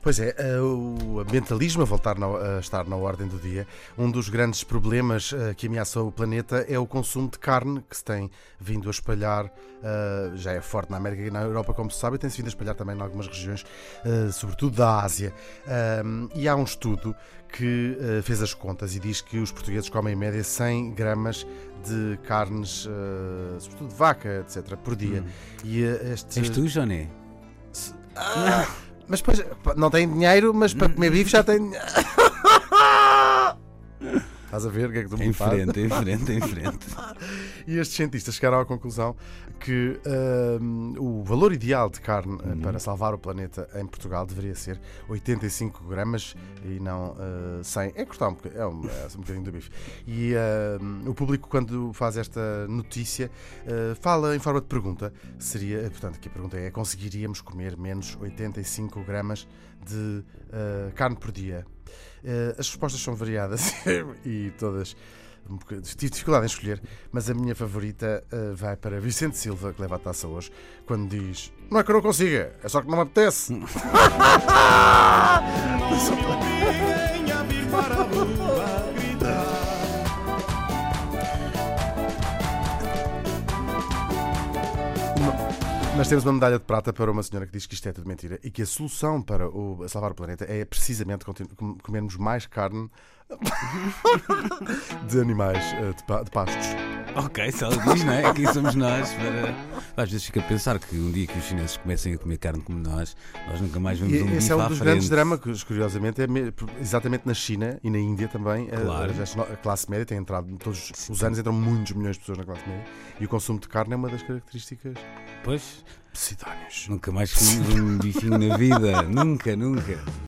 Pois é, o ambientalismo a estar na ordem do dia. Um dos grandes problemas que ameaça o planeta é o consumo de carne, que se tem vindo a espalhar, já é forte na América e na Europa, como se sabe, e tem-se vindo a espalhar também em algumas regiões, sobretudo da Ásia. E há um estudo que fez as contas e diz que os portugueses comem em média 100 gramas de carnes, sobretudo de vaca, etc., por dia. E És tu, Johnny? Mas depois não tem dinheiro, mas para comer bife já tem. Estás a ver o que é que tu me fazes? Em frente. E estes cientistas chegaram à conclusão que o valor ideal de carne para salvar o planeta em Portugal deveria ser 85 gramas e não 100. É cortar um bocadinho do bife. E o público, quando faz esta notícia, fala em forma de pergunta. Portanto, aqui a pergunta é: conseguiríamos comer menos 85 gramas de carne por dia? As respostas são variadas e todas. Tive dificuldade em escolher, mas a minha favorita vai para Vicente Silva, que leva a taça hoje, quando diz: não é que eu não consiga, é só que não me apetece. Nós temos uma medalha de prata para uma senhora que diz que isto é tudo mentira e que a solução para salvar o planeta é precisamente comermos mais carne de animais de pastos. Ok, se ela diz, não é? Aqui somos nós. Às vezes fica a pensar que um dia que os chineses comecem a comer carne como nós nunca mais vamos um bife à frente. Esse é um dos grandes dramas, curiosamente, é exatamente na China e na Índia também. Claro. A classe média tem entrado, todos os anos entram muitos milhões de pessoas na classe média e o consumo de carne é uma das características. Pois, Sidónios. nunca mais comemos um bifinho na vida. Nunca.